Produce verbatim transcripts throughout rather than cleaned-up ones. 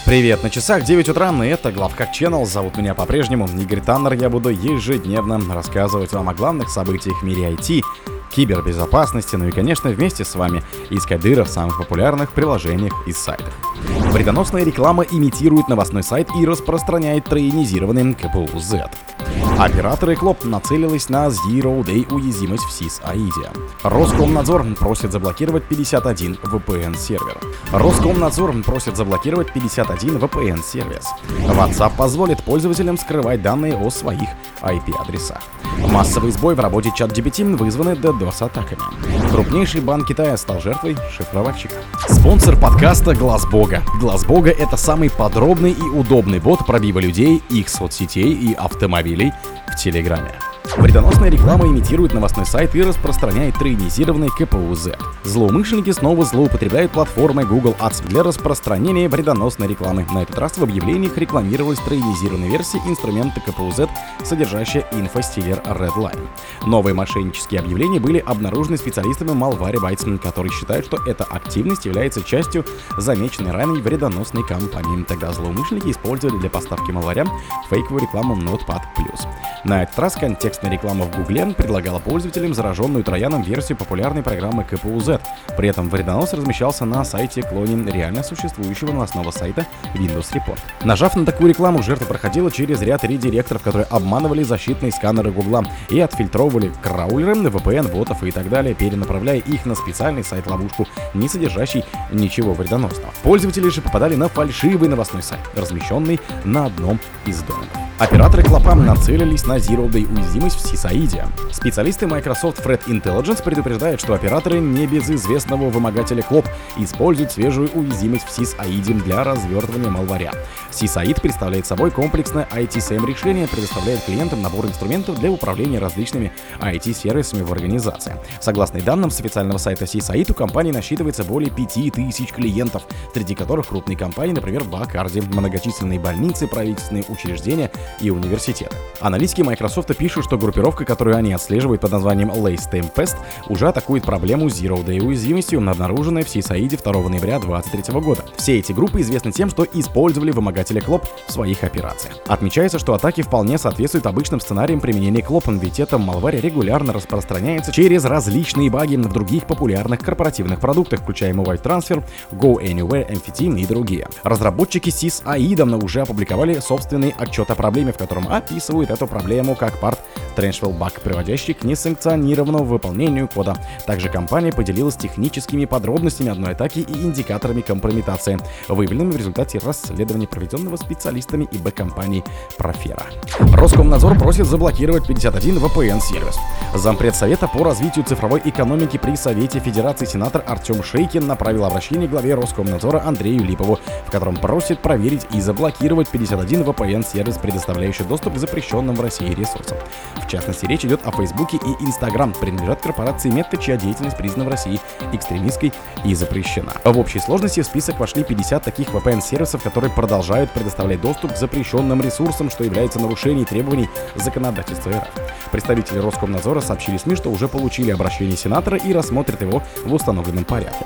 Привет, на часах девять утра, и это Главхак Channel. Зовут меня по-прежнему Игорь Таннер. Я буду ежедневно рассказывать вам о главных событиях в мире ай ти, кибербезопасности, ну и, конечно, вместе с вами искать дыры в самых популярных приложениях и сайтах. Вредоносная реклама имитирует новостной сайт и распространяет троянизированный ка пэ у зет. Операторы КЛОП нацелились на Zero Day уязвимость в сис-аиде. Роскомнадзор просит заблокировать пятьдесят один ви пи эн-сервер. Роскомнадзор просит заблокировать пятьдесят один ви пи эн-сервис. WhatsApp позволит пользователям скрывать данные о своих ай пи-адресах. Массовый сбой в работе ChatGPT вызваны ддос-атаками. Крупнейший банк Китая стал жертвой шифровальщика. Спонсор подкаста Глаз Бога. Глаз Бога — это самый подробный и удобный бот пробива людей, их соцсетей и автомобилей в Телеграме. Вредоносная реклама имитирует новостной сайт и распространяет троянизированный ка пэ у зет. Злоумышленники снова злоупотребляют платформой Google Ads для распространения вредоносной рекламы. На этот раз в объявлениях рекламировалась троянизированная версия инструмента ка пэ у зет, содержащая инфостилер Redline. Новые мошеннические объявления были обнаружены специалистами Malwarebytes, которые считают, что эта активность является частью замеченной ранее вредоносной кампании. Тогда злоумышленники использовали для поставки малваря фейковую рекламу Notepad плюс. На этот раз контекстная реклама в Гугле предлагала пользователям зараженную трояном версию популярной программы ка пэ у зет. При этом вредонос размещался на сайте-клоне реально существующего новостного сайта Windows Report. Нажав на такую рекламу, жертва проходила через ряд редиректоров, которые обманывали защитные сканеры Гугла и отфильтровывали краулеры, ви пи эн-ботов и так далее, перенаправляя их на специальный сайт-ловушку, не содержащий ничего вредоносного. Пользователи же попадали на фальшивый новостной сайт, размещенный на одном из доменов. Операторы КЛОПа нацелились на Zero Day уязвимость в сис-аиде. Специалисты Microsoft Threat Intelligence предупреждают, что операторы небезызвестного вымогателя КЛОП используют свежую уязвимость в сис-аиде для развертывания малваря. сис-аид представляет собой комплексное ай ти-эс эм решение, предоставляет клиентам набор инструментов для управления различными ай ти-сервисами в организации. Согласно данным с официального сайта сис-аид, у компании насчитывается более пяти тысяч клиентов, среди которых крупные компании, например, Бакарди, многочисленные больницы, правительственные учреждения и университеты. Аналитики Microsoft пишут, что группировка, которую они отслеживают под названием Lacetime-Pest, уже атакует проблему Zero Day уязвимостью, обнаруженной в сис-аиде второго ноября две тысячи двадцать третьего года. Все эти группы известны тем, что использовали вымогателя КЛОП в своих операциях. Отмечается, что атаки вполне соответствуют обычным сценариям применения КЛОП, ведь это malware регулярно распространяется через различные баги в других популярных корпоративных продуктах, включая Mobile Transfer, Go Anywhere, Amphitine и другие. Разработчики сис-аида уже опубликовали собственный отчет о проблеме, в котором описывают эту проблему как part Trenchwell баг, приводящий к несанкционированному выполнению кода. Также компания поделилась техническими подробностями одной атаки и индикаторами компрометации, выявленными в результате расследования, проведенного специалистами и бэ-компании Profera. Роскомнадзор просит заблокировать пятьдесят один ви пи эн-сервис. Зампред Совета по развитию цифровой экономики при Совете Федерации сенатор Артем Шейкин направил обращение главе Роскомнадзора Андрею Липову, в котором просит проверить и заблокировать пятьдесят один ви пи эн-сервис, предоставляющий доступ к запрещенным в России ресурсам. В частности, речь идет о Фейсбуке и Инстаграм, принадлежат корпорации Мета, чья деятельность признана в России экстремистской и запрещена. В общей сложности в список вошли пятьдесят таких ви пи эн-сервисов, которые продолжают предоставлять доступ к запрещенным ресурсам, что является нарушением требований законодательства эр эф. Представители Роскомнадзора сообщили СМИ, что уже получили обращение сенатора и рассмотрят его в установленном порядке.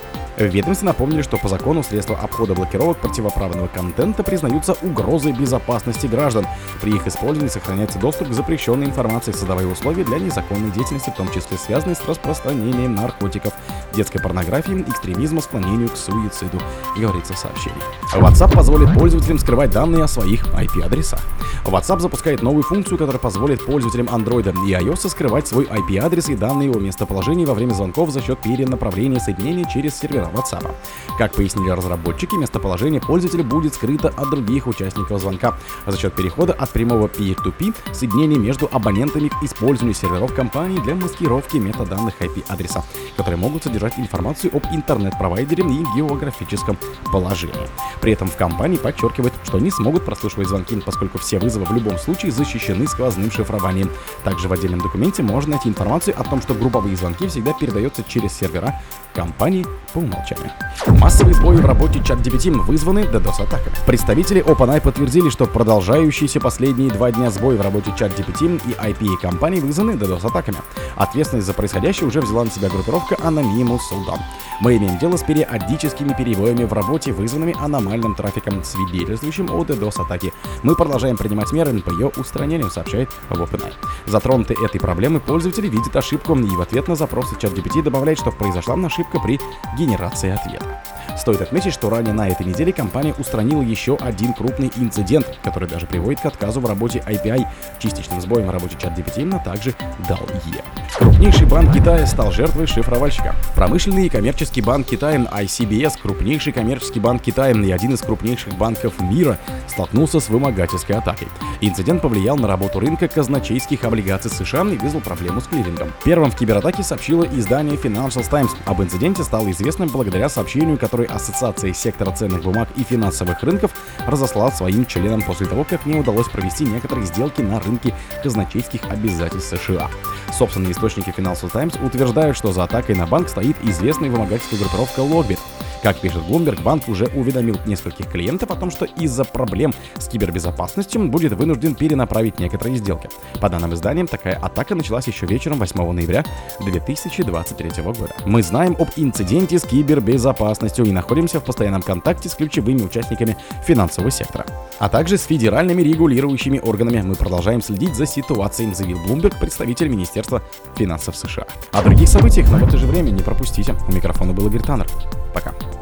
В ведомстве напомнили, что по закону средства обхода блокировок противоправного контента признаются угрозой безопасности граждан. При их использовании сохраняется доступ к запрещенной информации, создавая условия для незаконной деятельности, в том числе связанной с распространением наркотиков, детской порнографии, экстремизма, склонению к суициду, говорится в сообщении. WhatsApp позволит пользователям скрывать данные о своих ай пи-адресах. WhatsApp запускает новую функцию, которая позволит пользователям Android и iOS скрывать свой ай пи-адрес и данные его местоположения во время звонков за счет перенаправления соединения через сервера WhatsApp. Как пояснили разработчики, местоположение пользователя будет скрыто от других участников звонка за счет перехода от прямого пир-ту-пир соединения между абонентами к использованию серверов компании для маскировки метаданных ай пи-адреса, которые могут содержать информацию об интернет-провайдере и географическом положении. При этом в компании подчеркивают, что не смогут прослушивать звонки, поскольку все вызовы в любом случае защищены сквозным шифрованием. Также в отдельном документе можно найти информацию о том, что групповые звонки всегда передаются через сервера компании по умолчанию. умолчанию. Массовые сбои в работе ChatGPT вызваны DDoS-атаками. Представители OpenAI подтвердили, что продолжающиеся последние два дня сбои в работе ChatGPT и ай пи компаний вызваны DDoS-атаками. Ответственность за происходящее уже взяла на себя группировка Anonymous Soldan. Мы имеем дело с периодическими перебоями в работе, вызванными аномальным трафиком, свидетельствующим о DDoS-атаке. Мы продолжаем принимать меры по ее устранению, сообщает OpenAI. Затронутые этой проблемой пользователи видят ошибку и в ответ на запросы ChatGPT добавляет, что произошла ошибка при генерации ответа. Стоит отметить, что ранее на этой неделе компания устранила еще один крупный инцидент, который даже приводит к отказу в работе эй пи ай, частичным сбоем в работе ChatGPT, а также дал-и. Крупнейший банк Китая стал жертвой шифровальщика. Промышленный и коммерческий банк Китая ай си би эс, крупнейший коммерческий банк Китая и один из крупнейших банков мира, столкнулся с вымогательской атакой. Инцидент повлиял на работу рынка казначейских облигаций США и вызвал проблему с клирингом. Первым в кибератаке сообщило издание Financial Times. Об инциденте стало известно благодаря сообщению, которое Ассоциация сектора ценных бумаг и финансовых рынков разослала своим членам после того, как не удалось провести некоторые сделки на рынке казначейских обязательств США. Собственные источники Financial Times утверждают, что за атакой на банк стоит известная вымогательская группировка Logbit. Как пишет Bloomberg, банк уже уведомил нескольких клиентов о том, что из-за проблем с кибербезопасностью будет вынужден перенаправить некоторые сделки. По данным издания, такая атака началась еще вечером восьмого ноября две тысячи двадцать третьего года. Мы знаем об инциденте с кибербезопасностью и находимся в постоянном контакте с ключевыми участниками финансового сектора, а также с федеральными регулирующими органами. Мы продолжаем следить за ситуацией, заявил Bloomberg, представитель Министерства финансов США. О других событиях, но в это же время не пропустите. У микрофона был Игорь Таннер. Пока.